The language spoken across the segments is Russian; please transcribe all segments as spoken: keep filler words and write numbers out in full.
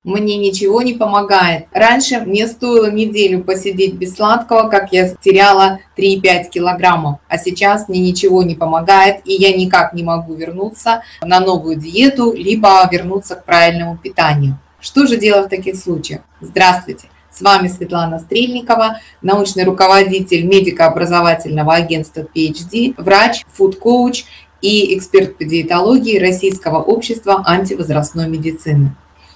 Мне ничего не помогает. Раньше мне стоило неделю посидеть без сладкого, как я теряла три-пять килограммов. А сейчас мне ничего не помогает, и я никак не могу вернуться на новую диету, либо вернуться к правильному питанию. Что же делать в таких случаях? Здравствуйте! С вами Светлана Стрельникова, научный руководитель медико-образовательного агентства пи эйч ди, врач, фуд-коуч и эксперт по диетологии Российского общества антивозрастной медицины.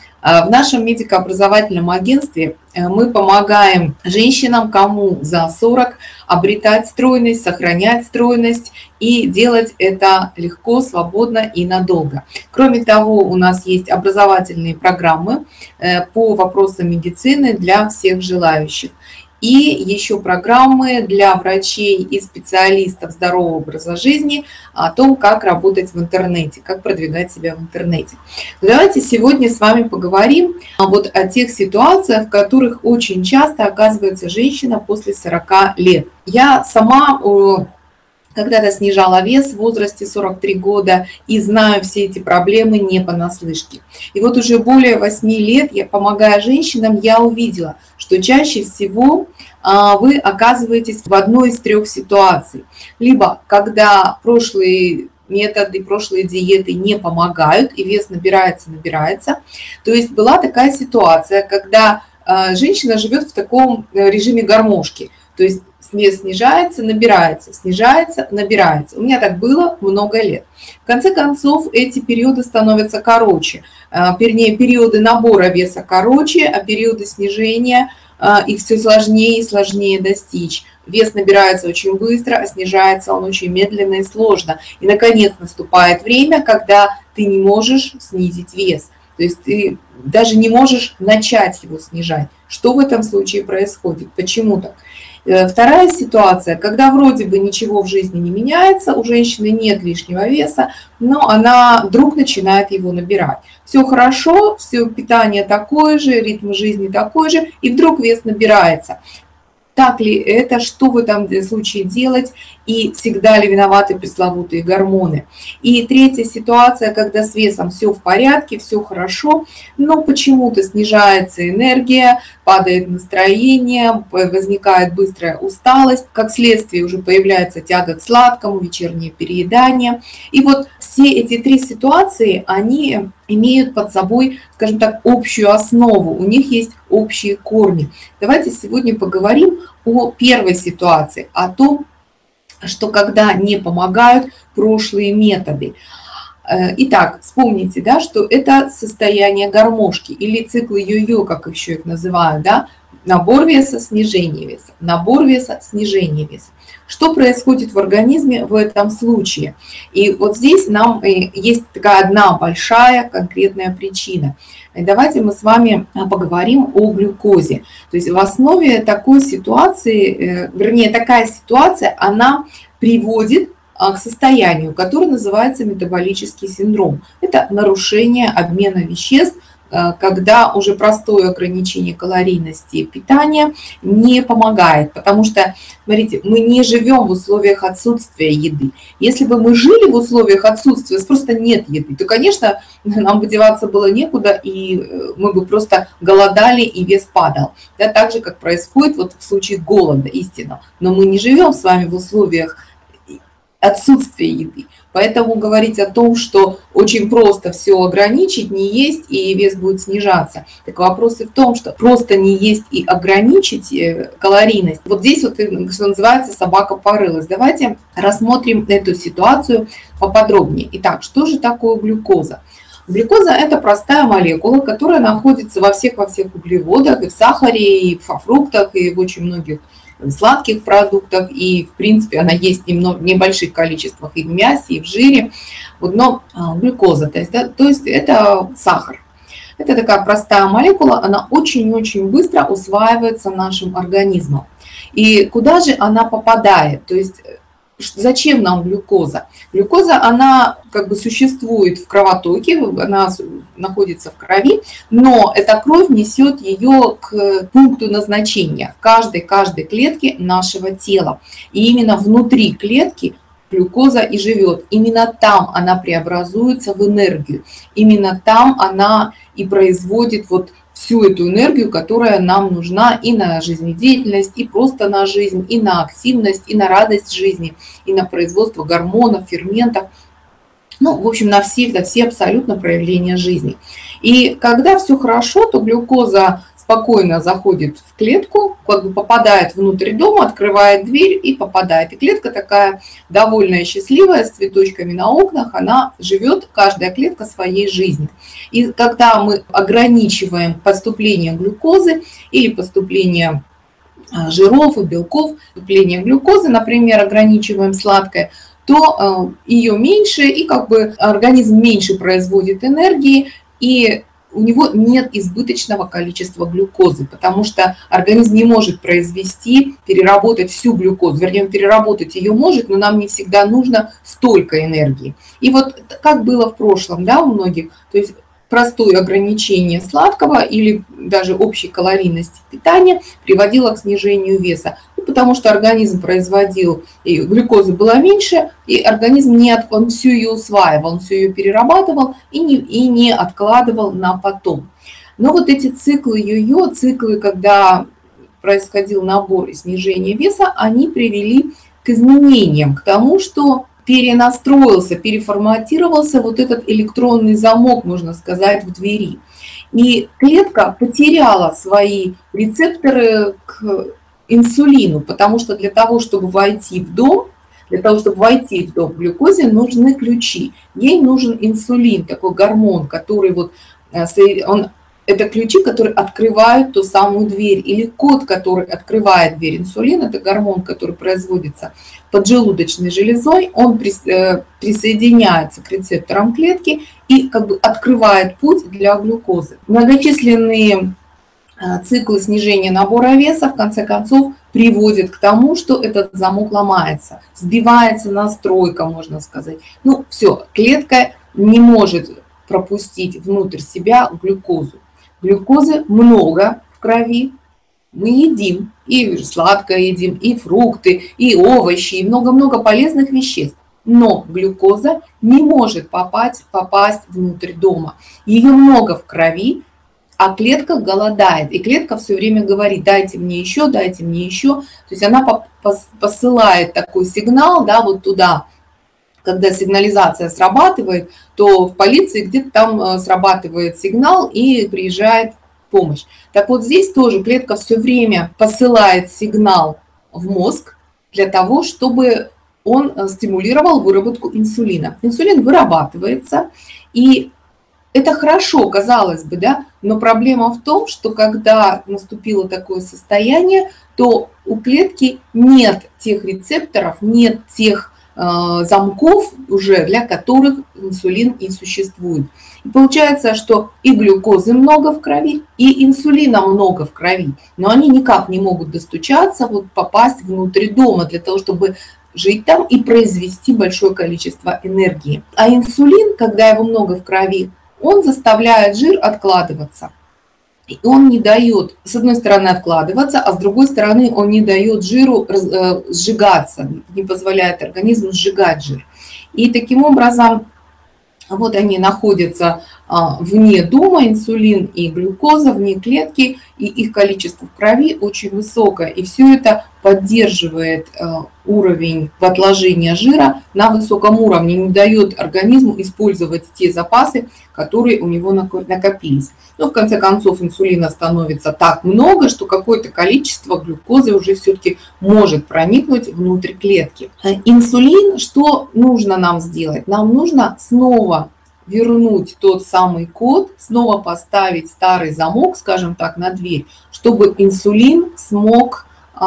В нашем медико-образовательном агентстве мы помогаем женщинам, кому за сорок, обретать стройность, сохранять стройность и делать это легко, свободно и надолго. Кроме того, у нас есть образовательные программы по вопросам медицины для всех желающих. И еще программы для врачей и специалистов здорового образа жизни о том, как работать в интернете, как продвигать себя в интернете. Давайте сегодня с вами поговорим вот о тех ситуациях, в которых очень часто оказывается женщина после сорока лет. Я сама когда-то снижала вес в возрасте сорок три года и знаю все эти проблемы не понаслышке. И вот уже более восьми лет, я помогая женщинам, я увидела, что чаще всего вы оказываетесь в одной из трех ситуаций. Либо когда прошлые методы, прошлые диеты не помогают, и вес набирается, набирается. То есть была такая ситуация, когда женщина живет в таком режиме гармошки. То есть вес снижается, набирается, снижается, набирается. У меня так было много лет. В конце концов, эти периоды становятся короче. Вернее, периоды набора веса короче, а периоды снижения их все сложнее и сложнее достичь. Вес набирается очень быстро, а снижается он очень медленно и сложно. И, наконец, наступает время, когда ты не можешь снизить вес. То есть ты даже не можешь начать его снижать. Что в этом случае происходит? Почему так? Вторая ситуация, когда вроде бы ничего в жизни не меняется, у женщины нет лишнего веса, но она вдруг начинает его набирать. Все хорошо, все питание такое же, ритм жизни такой же, и вдруг вес набирается. Так ли это, что в этом случае делать, и всегда ли виноваты пресловутые гормоны? И третья ситуация, когда с весом все в порядке, все хорошо, но почему-то снижается энергия, падает настроение, возникает быстрая усталость, как следствие уже появляется тяга к сладкому, вечернее переедание. И вот все эти три ситуации, они имеют под собой, скажем так, общую основу, у них есть общие корни. Давайте сегодня поговорим о первой ситуации, о том, что когда не помогают прошлые методы. Итак, вспомните, да, что это состояние гармошки или циклы йо-йо, как еще их называют, да, набор веса, снижение веса, набор веса, снижение веса. Что происходит в организме в этом случае? И вот здесь нам есть такая одна большая конкретная причина. И давайте мы с вами поговорим о глюкозе. То есть в основе такой ситуации, вернее, такая ситуация, она приводит к состоянию, которое называется метаболический синдром. Это нарушение обмена веществ, когда уже простое ограничение калорийности питания не помогает. Потому что, смотрите, мы не живем в условиях отсутствия еды. Если бы мы жили в условиях отсутствия, просто нет еды, то, конечно, нам бы деваться было некуда, и мы бы просто голодали, и вес падал. Да, так же, как происходит вот в случае голода, истинно. Но мы не живем с вами в условиях отсутствие еды. Поэтому говорить о том, что очень просто все ограничить, не есть, и вес будет снижаться. Так вопрос и в том, что просто не есть и ограничить калорийность. Вот здесь вот, что называется, собака порылась. Давайте рассмотрим эту ситуацию поподробнее. Итак, что же такое глюкоза? Глюкоза – это простая молекула, которая находится во всех, во всех углеводах, и в сахаре, и во фруктах, и в очень многих сладких продуктах, и в принципе она есть немного, в небольших количествах и в мясе, и в жире, вот, но глюкоза, то есть, да, то есть это сахар. Это такая простая молекула, она очень-очень быстро усваивается нашим организмом. И куда же она попадает? То есть зачем нам глюкоза? Глюкоза, она как бы существует в кровотоке, она находится в крови, но эта кровь несет ее к пункту назначения, каждой, каждой клетке нашего тела. И именно внутри клетки глюкоза и живет. Именно там она преобразуется в энергию. Именно там она и производит вот всю эту энергию, которая нам нужна и на жизнедеятельность, и просто на жизнь, и на активность, и на радость жизни, и на производство гормонов, ферментов. Ну, в общем, на все, на все абсолютно проявления жизни. И когда все хорошо, то глюкоза спокойно заходит в клетку, как бы попадает внутрь дома, открывает дверь и попадает. И клетка такая довольная, счастливая, с цветочками на окнах, она живет, каждая клетка своей жизнью. И когда мы ограничиваем поступление глюкозы или поступление жиров и белков, поступление глюкозы, например, ограничиваем сладкое, то ее меньше, и как бы организм меньше производит энергии, и у него нет избыточного количества глюкозы, потому что организм не может произвести, переработать всю глюкозу, вернее, переработать ее может, но нам не всегда нужно столько энергии. И вот как было в прошлом, да, у многих, то есть простое ограничение сладкого или даже общей калорийности питания приводило к снижению веса, ну, потому что организм производил, и глюкозы было меньше, и организм не от, он всю ее усваивал, он всю ее перерабатывал и не, и не откладывал на потом. Но вот эти циклы йо-йо, циклы, когда происходил набор и снижение веса, они привели к изменениям, к тому, что перенастроился, переформатировался вот этот электронный замок, можно сказать, в двери. И клетка потеряла свои рецепторы к инсулину, потому что для того, чтобы войти в дом, для того, чтобы войти в дом глюкозе, нужны ключи. Ей нужен инсулин, такой гормон, который вот, он, это ключи, которые открывают ту самую дверь, или код, который открывает дверь. Инсулин – это гормон, который производится поджелудочной железой, он присоединяется к рецепторам клетки и как бы открывает путь для глюкозы. Многочисленные циклы снижения набора веса в конце концов приводят к тому, что этот замок ломается, сбивается настройка, можно сказать. Ну все, клетка не может пропустить внутрь себя глюкозу. Глюкозы много в крови, мы едим, и сладкое едим, и фрукты, и овощи, и много-много полезных веществ. Но глюкоза не может попасть, попасть внутрь дома. Ее много в крови, а клетка голодает. И клетка все время говорит: дайте мне еще, дайте мне еще. То есть она посылает такой сигнал, да, вот туда. Когда сигнализация срабатывает, то в полиции где-то там срабатывает сигнал и приезжает помощь. Так вот здесь тоже клетка все время посылает сигнал в мозг для того, чтобы он стимулировал выработку инсулина. Инсулин вырабатывается, и это хорошо, казалось бы, да, но проблема в том, что когда наступило такое состояние, то у клетки нет тех рецепторов, нет тех замков уже, для которых инсулин и существует. И получается, что и глюкозы много в крови, и инсулина много в крови, но они никак не могут достучаться, вот попасть внутрь дома для того, чтобы жить там и произвести большое количество энергии. А инсулин, когда его много в крови, он заставляет жир откладываться. И он не дает, с одной стороны, откладываться, а с другой стороны, он не дает жиру сжигаться, не позволяет организму сжигать жир. И таким образом, вот они находятся вне дома, инсулин и глюкоза, вне клетки, и их количество в крови очень высокое. И все это поддерживает уровень отложения жира на высоком уровне, не дает организму использовать те запасы, которые у него накопились. Но в конце концов инсулина становится так много, что какое-то количество глюкозы уже все-таки может проникнуть внутрь клетки. Инсулин, что нужно нам сделать? Нам нужно снова вернуть тот самый код, снова поставить старый замок, скажем так, на дверь, чтобы инсулин смог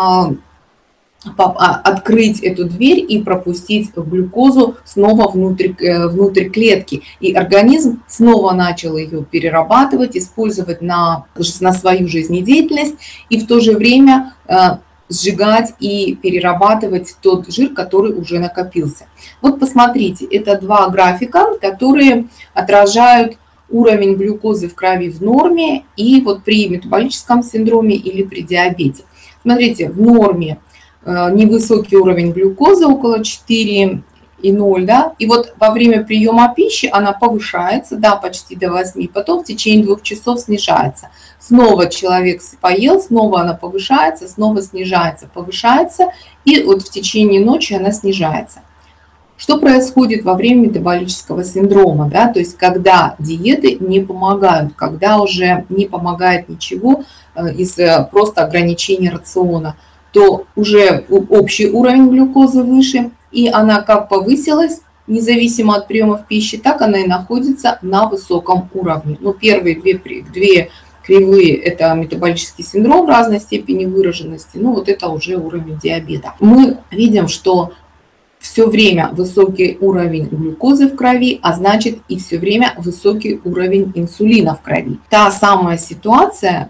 открыть эту дверь и пропустить глюкозу снова внутрь, внутрь клетки. И организм снова начал ее перерабатывать, использовать на, на свою жизнедеятельность и в то же время сжигать и перерабатывать тот жир, который уже накопился. Вот посмотрите, это два графика, которые отражают уровень глюкозы в крови в норме и вот при метаболическом синдроме или при диабете. Смотрите, в норме невысокий уровень глюкозы, около четыре и ноль, да, и вот во время приема пищи она повышается, да, почти до восьми, потом в течение двух часов снижается. Снова человек поел, снова она повышается, снова снижается, повышается, и вот в течение ночи она снижается. Что происходит во время метаболического синдрома, да, то есть когда диеты не помогают, когда уже не помогает ничего из просто ограничения рациона, то уже общий уровень глюкозы выше, и она как повысилась, независимо от приемов пищи, так она и находится на высоком уровне. Ну, первые две, две кривые – это метаболический синдром разной степени выраженности, ну, вот это уже уровень диабета. Мы видим, что все время высокий уровень глюкозы в крови, а значит и все время высокий уровень инсулина в крови. Та самая ситуация,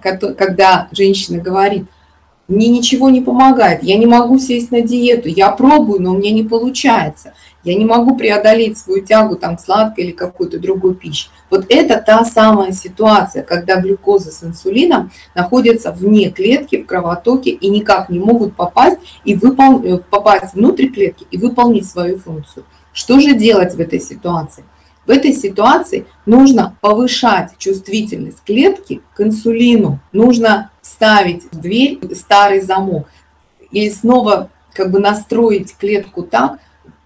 когда женщина говорит: мне ничего не помогает, я не могу сесть на диету, я пробую, но у меня не получается, я не могу преодолеть свою тягу там, к сладкой или какой-то другой пище. Вот это та самая ситуация, когда глюкоза с инсулином находятся вне клетки, в кровотоке и никак не могут попасть, и выпол... попасть внутрь клетки и выполнить свою функцию. Что же делать в этой ситуации? В этой ситуации нужно повышать чувствительность клетки к инсулину, нужно ставить в дверь старый замок или снова как бы настроить клетку так,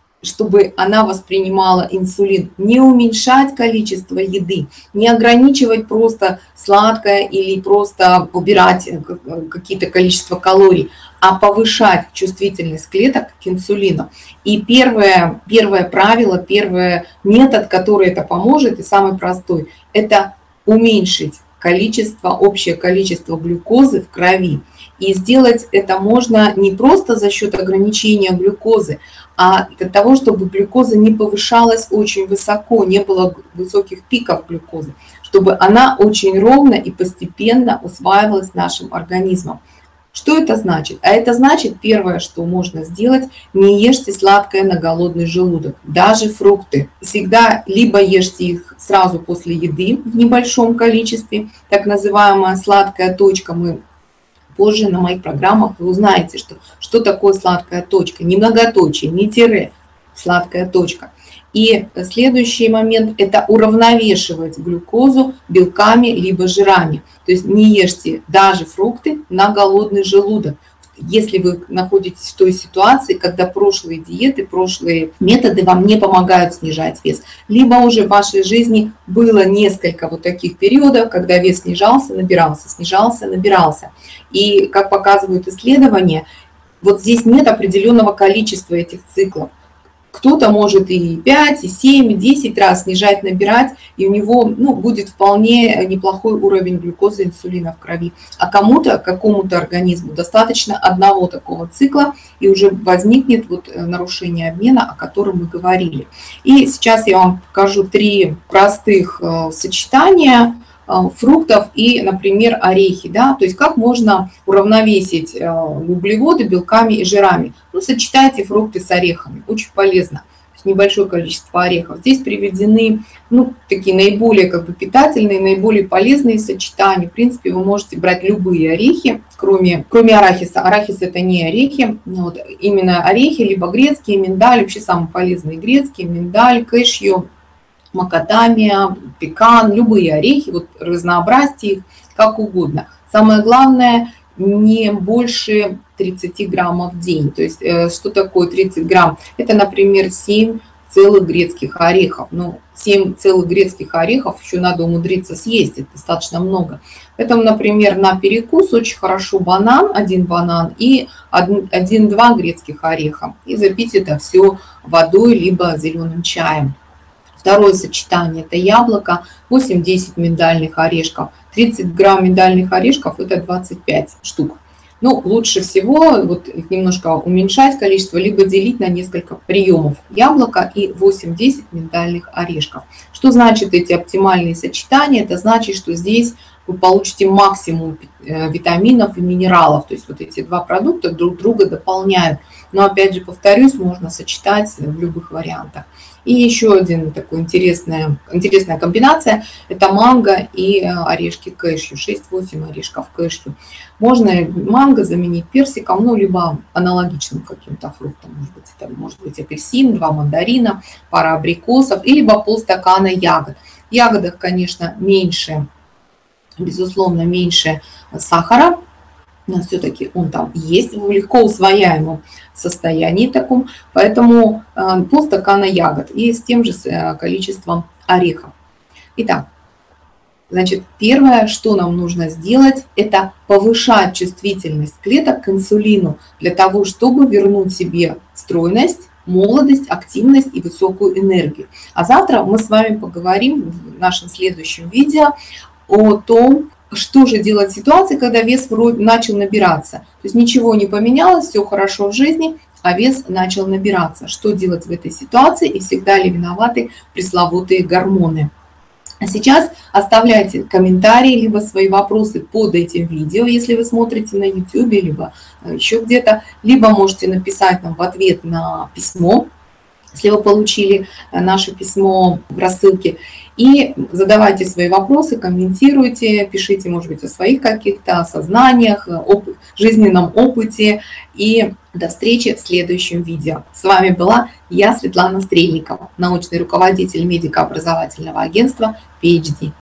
чтобы она воспринимала инсулин, не уменьшать количество еды, не ограничивать просто сладкое или просто убирать какие-то количество калорий, а повышать чувствительность клеток к инсулину. И первое, первое правило, первый метод, который это поможет, и самый простой, это уменьшить количество, общее количество глюкозы в крови. И сделать это можно не просто за счет ограничения глюкозы, а для того, чтобы глюкоза не повышалась очень высоко, не было высоких пиков глюкозы, чтобы она очень ровно и постепенно усваивалась нашим организмом. Что это значит? А это значит, первое, что можно сделать, не ешьте сладкое на голодный желудок, даже фрукты. Всегда либо ешьте их сразу после еды в небольшом количестве, так называемая сладкая точка. Мы позже на моих программах вы узнаете, что, что такое сладкая точка. Не многоточие, не тире, сладкая точка. И следующий момент – это уравновешивать глюкозу белками либо жирами. То есть не ешьте даже фрукты на голодный желудок. Если вы находитесь в той ситуации, когда прошлые диеты, прошлые методы вам не помогают снижать вес, либо уже в вашей жизни было несколько вот таких периодов, когда вес снижался, набирался, снижался, набирался. И, как показывают исследования, вот здесь нет определенного количества этих циклов. Кто-то может и пять, и семь, и десять раз снижать, набирать, и у него ну, будет вполне неплохой уровень глюкозы, инсулина в крови. А кому-то, какому-то организму достаточно одного такого цикла, и уже возникнет вот нарушение обмена, о котором мы говорили. И сейчас я вам покажу три простых сочетания фруктов и, например, орехи, да, то есть как можно уравновесить углеводы белками и жирами. Ну, сочетайте фрукты с орехами, очень полезно. То есть небольшое количество орехов. Здесь приведены, ну, такие наиболее как бы питательные, наиболее полезные сочетания. В принципе, вы можете брать любые орехи, кроме, кроме арахиса. Арахис это не орехи, вот, именно орехи, либо грецкие, миндаль, вообще самые полезные грецкие, миндаль, кэшью, макадамия, пекан, любые орехи, вот разнообразьте их как угодно. Самое главное, не больше тридцати граммов в день. То есть, что такое тридцать грамм? Это, например, семь целых грецких орехов. Ну, семь целых грецких орехов еще надо умудриться съесть, это достаточно много. Поэтому, например, на перекус очень хорошо банан, один банан и один-два грецких ореха. И запить это все водой, либо зеленым чаем. Второе сочетание – это яблоко, восемь-десять миндальных орешков. тридцать грамм миндальных орешков – это двадцать пять штук. Ну, лучше всего вот их немножко уменьшать количество, либо делить на несколько приемов яблока и восемь-десять миндальных орешков. Что значит эти оптимальные сочетания? Это значит, что здесь вы получите максимум витаминов и минералов. То есть вот эти два продукта друг друга дополняют. Но опять же, повторюсь, можно сочетать в любых вариантах. И еще один такой интересная, интересная комбинация – это манго и орешки кэшью, шесть-восемь орешков кэшью. Можно манго заменить персиком, ну, либо аналогичным каким-то фруктом, может быть, это может быть апельсин, два мандарина, пара абрикосов, и либо полстакана ягод. В ягодах, конечно, меньше, безусловно, меньше сахара, но все-таки он там есть в легко усвояемом состоянии таком, поэтому полстакана ягод и с тем же количеством орехов. Итак, значит, первое, что нам нужно сделать, это повышать чувствительность клеток к инсулину для того, чтобы вернуть себе стройность, молодость, активность и высокую энергию. А завтра мы с вами поговорим в нашем следующем видео о том, что же делать в ситуации, когда вес вроде начал набираться. То есть ничего не поменялось, все хорошо в жизни, а вес начал набираться. Что делать в этой ситуации и всегда ли виноваты пресловутые гормоны? А сейчас оставляйте комментарии, либо свои вопросы под этим видео, если вы смотрите на YouTube, либо еще где-то, либо можете написать нам в ответ на письмо, если вы получили наше письмо в рассылке. И задавайте свои вопросы, комментируйте, пишите, может быть, о своих каких-то осознаниях, опыт, жизненном опыте. И до встречи в следующем видео. С вами была я, Светлана Стрельникова, научный руководитель медико-образовательного агентства пи эйч ди.